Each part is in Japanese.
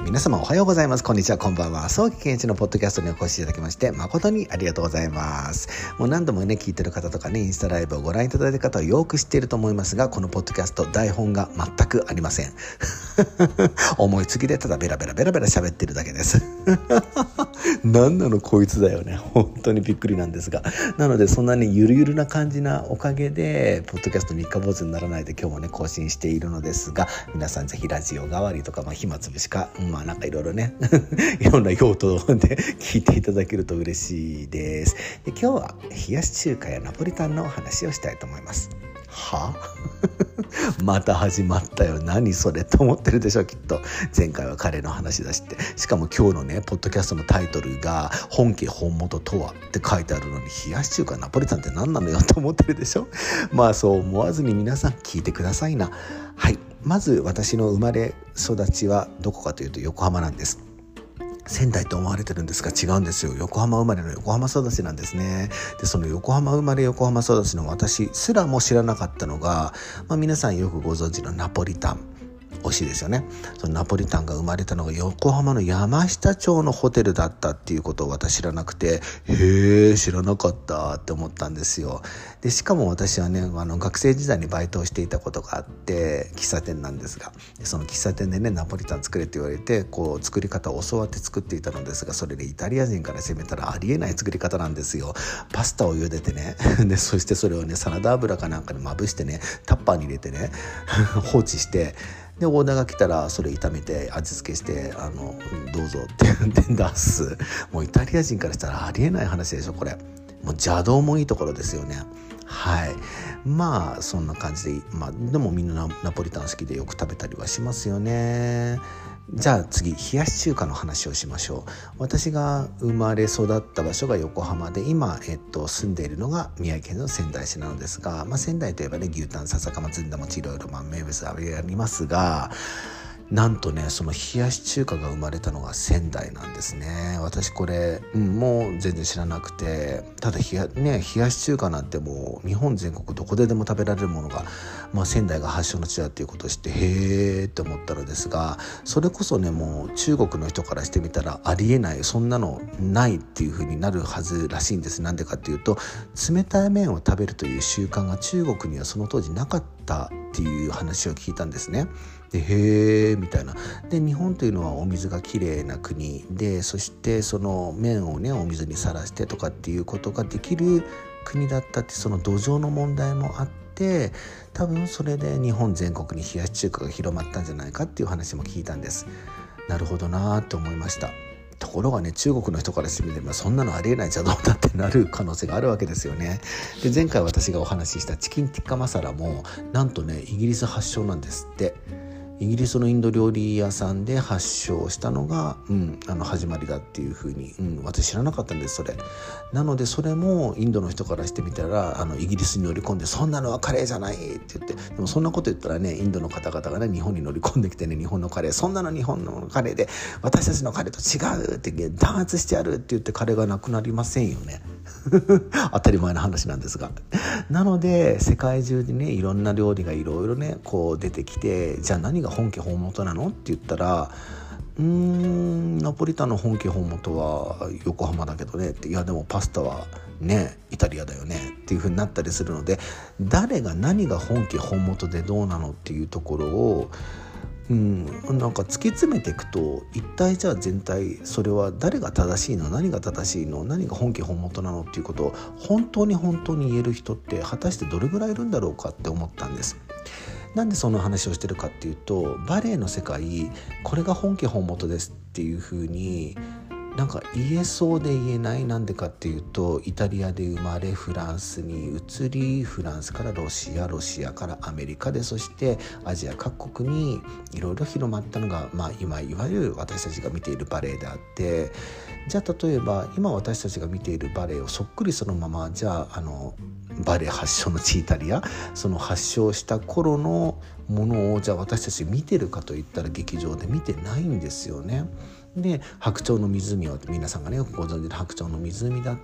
皆様おはようございます。こんにちは、こんばんは。早期健一のポッドキャストにお越しいただきまして誠にありがとうございます。もう何度もね聞いてる方とかね、インスタライブをご覧いただいた方はよく知っていると思いますが、このポッドキャスト台本が全くありません。思いつきでただベラベラ喋ってるだけです。何なのこいつだよね。本当にびっくりなんですが、なのでそんなにゆるゆるな感じなおかげでポッドキャスト三日坊主にならないで今日もね更新しているのですが、皆さんぜひラジオ代わりとか、暇つぶしか、なんかいろいろねいろんな用途で聞いていただけると嬉しいです。で、今日は冷やし中華やナポリタンのお話をしたいと思います。また始まったよ、何それと思ってるでしょきっと。前回はカレーの話だして、しかも今日のねポッドキャストのタイトルが本家本元とはって書いてあるのに、冷やし中華ナポリタンって何なのよと思ってるでしょ。そう思わずに皆さん聞いてくださいな。はい、まず私の生まれ育ちはどこかというと横浜なんです。仙台と思われてるんですが違うんですよ。横浜生まれの横浜育ちなんですね。で、その横浜生まれ横浜育ちの私すらも知らなかったのが、皆さんよくご存知のナポリタン、美味しいですよね。そのナポリタンが生まれたのが横浜の山下町のホテルだったっていうことを私知らなくて、知らなかったって思ったんですよ。で、しかも私はね学生時代にバイトをしていたことがあって、喫茶店なんですが、その喫茶店でねナポリタン作れって言われて、作り方を教わって作っていたのですが、それでイタリア人から攻めたらありえない作り方なんですよ。パスタを茹でてねでそしてそれをねサラダ油かなんかにまぶしてね、タッパーに入れてね放置して、でオーダーが来たらそれ炒めて味付けしてどうぞって言って出す。もうイタリア人からしたらありえない話でしょこれ。もう邪道もいいところですよね。はい、そんな感じで、でもみんなナポリタン好きでよく食べたりはしますよね。じゃあ次、冷やし中華の話をしましょう。私が生まれ育った場所が横浜で、今、住んでいるのが宮城県の仙台市なのですが、仙台といえばね牛タン、笹かま、ずんだ餅、いろいろ名物ありますが、なんとねその冷やし中華が生まれたのが仙台なんですね。私これ、もう全然知らなくて、ただ冷やし中華なんてもう日本全国どこででも食べられるものが、仙台が発祥の地だっていうことを知って、へーって思ったのですが、それこそねもう中国の人からしてみたらありえない、そんなのないっていう風になるはずらしいんです。なんでかっていうと、冷たい麺を食べるという習慣が中国にはその当時なかったっていう話を聞いたんですね。で、へーみたいな。で、日本というのはお水がきれいな国で、そしてその麺をねお水にさらしてとかっていうことができる国だったって、その土壌の問題もあって、多分それで日本全国に冷やし中華が広まったんじゃないかっていう話も聞いたんです。なるほどなと思いました。ところがね、中国の人からしてみればそんなのありえないじゃどうだってなる可能性があるわけですよね。で、前回私がお話ししたチキンティッカマサラもなんとねイギリス発祥なんですって。イギリスのインド料理屋さんで発祥したのが、始まりだっていう風に、私知らなかったんですそれ。なのでそれもインドの人からしてみたらイギリスに乗り込んで、そんなのはカレーじゃないって言って、でもそんなこと言ったらねインドの方々がね日本に乗り込んできてね、日本のカレー、そんなの日本のカレーで私たちのカレーと違うって弾圧してやるって言ってカレーがなくなりませんよね。当たり前の話なんですが、なので世界中でねいろんな料理がいろいろね出てきて、じゃあ何が本家本元なのって言ったら、ナポリタンの本家本元は横浜だけどねって、いやでもパスタはねイタリアだよねっていう風になったりするので、誰が何が本家本元でどうなのっていうところをなんか突き詰めていくと、一体じゃあ全体それは誰が正しいの、何が正しいの、何が本家本元なのっていうことを本当に言える人って果たしてどれぐらいいるんだろうかって思ったんです。なんでその話をしてるかっていうと、バレエの世界これが本家本元ですっていう風になんか言えそうで言えない。なんでかっていうと、イタリアで生まれフランスに移り、フランスからロシアからアメリカで、そしてアジア各国にいろいろ広まったのが、今いわゆる私たちが見ているバレエであって、じゃあ例えば今私たちが見ているバレエをそっくりそのまま、じゃあバレエ発祥の地イタリア、その発祥した頃のものをじゃあ私たち見てるかといったら劇場で見てないんですよね。 で白鳥の湖を皆さんがねよくご存知の白鳥の湖だって、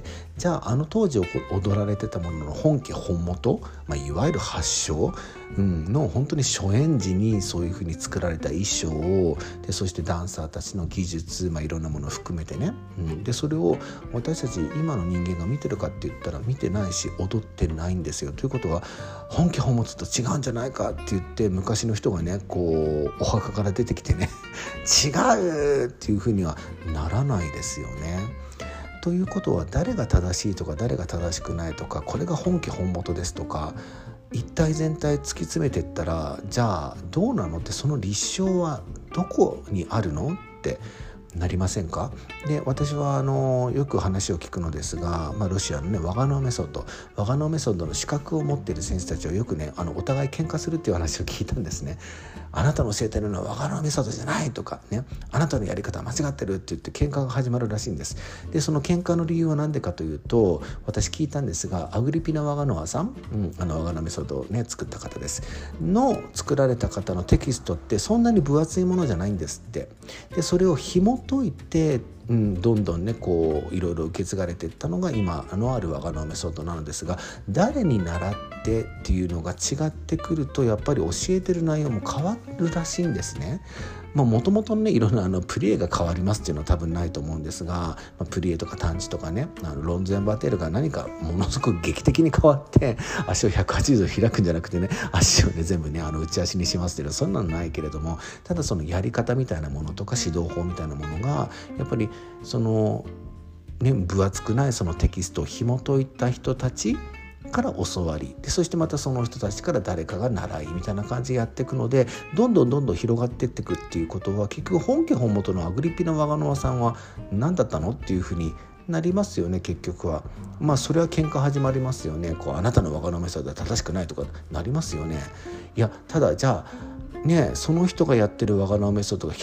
じゃあ当時踊られてたものの本家本元、いわゆる発祥、の本当に初演時にそういうふうに作られた衣装をで、そしてダンサーたちの技術、いろんなものを含めてね、でそれを私たち今の人間が見てるかって言ったら見てないし踊ってないんですよ。ということは本家本元と違うんじゃないかって言って昔の人がねこうお墓から出てきてね違うっていうふうにはならないですよね。ということは誰が正しいとか誰が正しくないとかこれが本家本元ですとか一体全体突き詰めていったらじゃあどうなのって、その立証はどこにあるのってなりませんか。で私はよく話を聞くのですが、ロシアのねワガノアメソッドの資格を持っている選手たちはよくねお互い喧嘩するっていう話を聞いたんですね。あなたの教えてるのはワガノアメソッドじゃないとかね、あなたのやり方は間違ってるって言って喧嘩が始まるらしいんです。でその喧嘩の理由は何でかというと、私聞いたんですがアグリピナ・ワガノアさん、ワガノアメソッドをね作った方ですの作られた方のテキストってそんなに分厚いものじゃないんですって。でそれを紐解いてどんどんねこういろいろ受け継がれていったのが今あるワガノアメソッドなのですが、誰に習ってっていうのが違ってくるとやっぱり教えてる内容も変わるらしいんですね。もともとねいろんなプリエが変わりますっていうのは多分ないと思うんですが、プリエとかタンチとかねロンズエンバーテールが何かものすごく劇的に変わって足を180度開くんじゃなくてね足をね全部ね内足にしますっていうのはそんなのないけれども、ただそのやり方みたいなものとか指導法みたいなものがやっぱりそのね分厚くないそのテキストを紐解いた人たちから教わりで、そしてまたその人たちから誰かが習いみたいな感じでやっていくのでどんどん広がっていっていくっていうことは結局本家本元のアグリピナ・ワガノアさんは何だったのっていうふうになりますよね。結局はそれは喧嘩始まりますよね。あなたのワガノアメソッドは正しくないとかなりますよね。いやただじゃあねその人がやってるワガノアメソッドが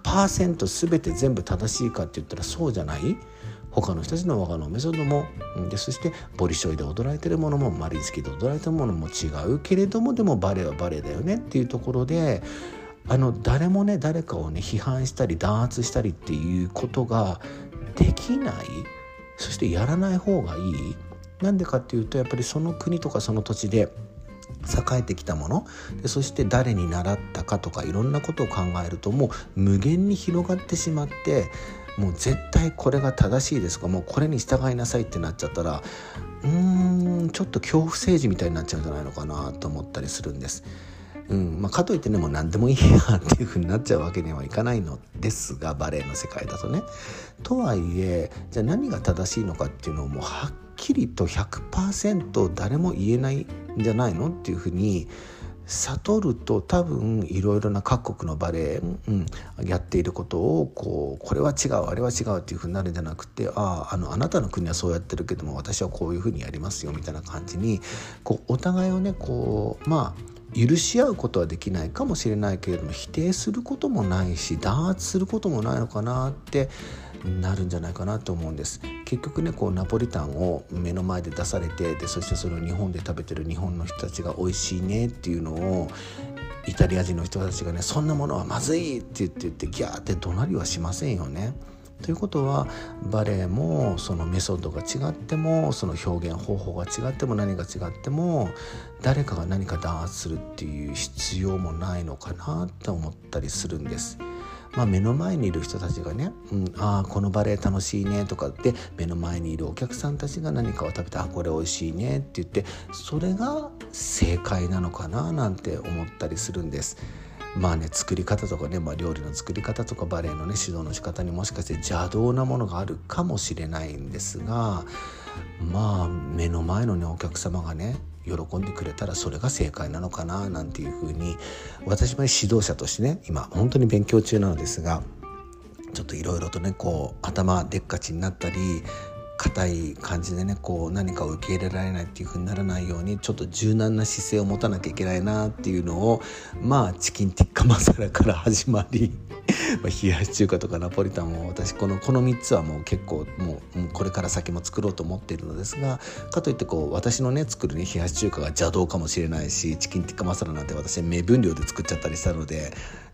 100% 全て全部正しいかって言ったらそうじゃない。他の人たちのワガノアメソッドもで、そしてボリショイで踊られてるものもマリンスキーで踊られてるものも違うけれども、でもバレエはバレエだよねっていうところで誰もね誰かをね批判したり弾圧したりっていうことができない、そしてやらない方がいい。なんでかっていうとやっぱりその国とかその土地で栄えてきたもので、そして誰に習ったかとかいろんなことを考えるともう無限に広がってしまって、もう絶対これが正しいですとかもうこれに従いなさいってなっちゃったらちょっと恐怖政治みたいになっちゃうんじゃないのかなと思ったりするんです。かといってねもう何でもいいやっていう風になっちゃうわけにはいかないのですが、バレエの世界だとね。とはいえじゃあ何が正しいのかっていうのをもうはっきりと 100% 誰も言えないんじゃないのっていう風に悟ると、多分いろいろな各国のバレエ、やっていることをこれは違うあれは違うっていう風になるんじゃなくて、あなたの国はそうやってるけども私はこういう風にやりますよみたいな感じにお互いをね許し合うことはできないかもしれないけれども否定することもないし弾圧することもないのかなってなるんじゃないかなと思うんです。結局ねナポリタンを目の前で出されてで、そしてそれを日本で食べてる日本の人たちが美味しいねっていうのをイタリア人の人たちがねそんなものはまずいって言ってギャーって怒鳴りはしませんよね。ということはバレエもそのメソッドが違ってもその表現方法が違っても何が違っても誰かが何か弾圧するっていう必要もないのかなって思ったりするんです。目の前にいる人たちがね、このバレエ楽しいねとかって目の前にいるお客さんたちが何かを食べてこれ美味しいねって言ってそれが正解なのかななんて思ったりするんです。作り方とかね、料理の作り方とかバレエのね指導の仕方にもしかして邪道なものがあるかもしれないんですが、目の前のねお客様がね喜んでくれたらそれが正解なのかななんていうふうに私も指導者としてね今本当に勉強中なのですが、ちょっといろいろとね頭でっかちになったり硬い感じでね何かを受け入れられないっていう風にならないようにちょっと柔軟な姿勢を持たなきゃいけないなっていうのをチキンティッカマサラから始まり冷やし中華とかナポリタンも私この3つはもう結構もうこれから先も作ろうと思っているのですが、かといって私のね作るね冷やし中華が邪道かもしれないしチキンティッカマサラなんて私目分量で作っちゃったりしたので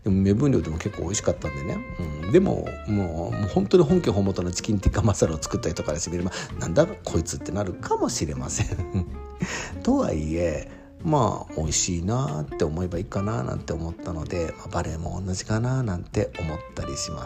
でも目分量でも結構美味しかったんでね、でももう本当に本家本元のチキンティッカマサラを作った人からしてみればなんだこいつってなるかもしれませんとはいえまあ美味しいなって思えばいいかななんて思ったので、バレエも同じかななんて思ったりします。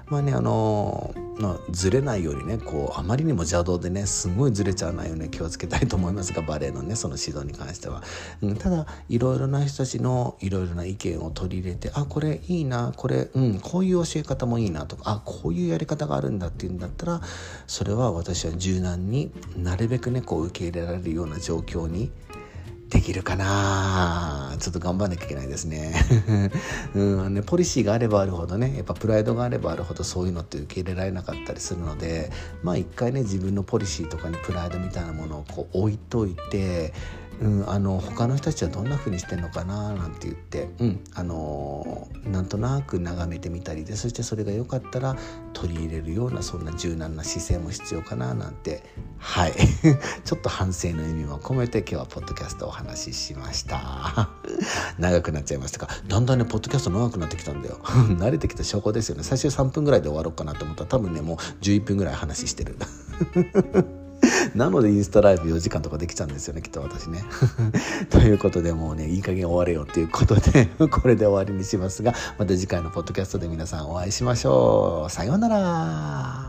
ずれないようにねあまりにも邪道でねすごいずれちゃわないように気をつけたいと思いますが、バレエのねその指導に関しては、ただいろいろな人たちのいろいろな意見を取り入れて、これいいな、これ、こういう教え方もいいなとか、こういうやり方があるんだっていうんだったら、それは私は柔軟になるべくね受け入れられるような状況にできるかな。ちょっと頑張んなきゃいけないですねポリシーがあればあるほどね、やっぱプライドがあればあるほどそういうのって受け入れられなかったりするので、一回ね自分のポリシーとかにプライドみたいなものを置いといて、他の人たちはどんな風にしてんのかななんて言って、なんとなく眺めてみたりで、そしてそれが良かったら取り入れるようなそんな柔軟な姿勢も必要かななんてちょっと反省の意味も込めて今日はポッドキャストをお話ししました長くなっちゃいましたか。だんだんねポッドキャスト長くなってきたんだよ慣れてきた証拠ですよね。最初3分ぐらいで終わろうかなと思ったら多分ねもう11分ぐらい話してるなのでインスタライブ4時間とかできちゃうんですよねきっと私ねということでもうねいい加減終われよっていうことでこれで終わりにしますが、また次回のポッドキャストで皆さんお会いしましょう。さようなら。